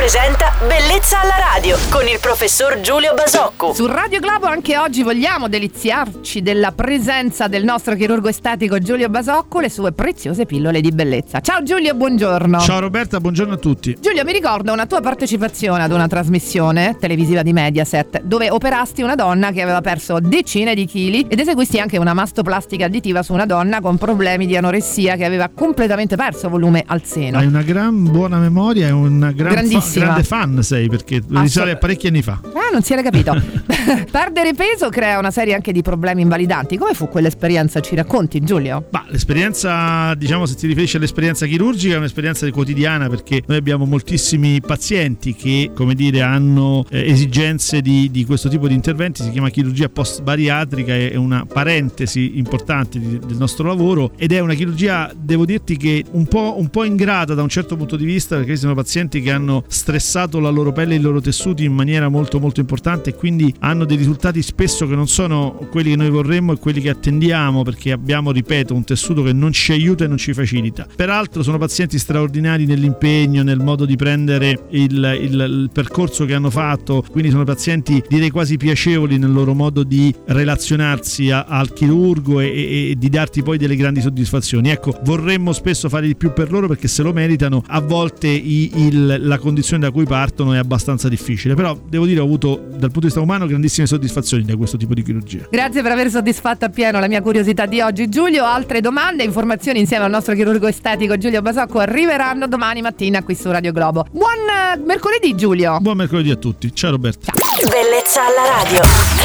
presenta Bellezza alla radio con il professor Giulio Basocco. Su Radio Globo anche oggi vogliamo deliziarci della presenza del nostro chirurgo estetico Giulio Basocco, le sue preziose pillole di bellezza. Ciao Giulio, buongiorno. Ciao Roberta, buongiorno a tutti. Giulio, mi ricordo una tua partecipazione ad una trasmissione televisiva di Mediaset dove operasti una donna che aveva perso decine di chili ed eseguisti anche una mastoplastica additiva su una donna con problemi di anoressia che aveva completamente perso volume al seno. Hai una gran buona memoria e una grande fan sei, perché risale a parecchi anni fa. Non si era capito. Perdere peso crea una serie anche di problemi invalidanti. Come fu quell'esperienza? Ci racconti, Giulio? L'esperienza, diciamo, se ti riferisci all'esperienza chirurgica, è un'esperienza quotidiana, perché noi abbiamo moltissimi pazienti che, come dire, hanno esigenze di questo tipo di interventi. Si chiama chirurgia post-bariatrica, è una parentesi importante del nostro lavoro ed è una chirurgia, devo dirti, che un po' ingrata da un certo punto di vista, perché sono pazienti che hanno stressato la loro pelle e i loro tessuti in maniera molto molto importante e quindi hanno dei risultati spesso che non sono quelli che noi vorremmo e quelli che attendiamo, perché abbiamo, ripeto, un tessuto che non ci aiuta e non ci facilita. Peraltro sono pazienti straordinari nell'impegno, nel modo di prendere il percorso che hanno fatto, quindi sono pazienti, direi, quasi piacevoli nel loro modo di relazionarsi al chirurgo e di darti poi delle grandi soddisfazioni. Ecco, vorremmo spesso fare di più per loro perché se lo meritano. A volte la condizione da cui partono è abbastanza difficile, però devo dire ho avuto dal punto di vista umano grandissime soddisfazioni da questo tipo di chirurgia. Grazie per aver soddisfatto appieno la mia curiosità di oggi, Giulio. Altre domande e informazioni insieme al nostro chirurgo estetico Giulio Basocco arriveranno domani mattina qui su Radio Globo. Buon mercoledì, Giulio. Buon mercoledì a tutti. Ciao Roberta. Bellezza alla radio.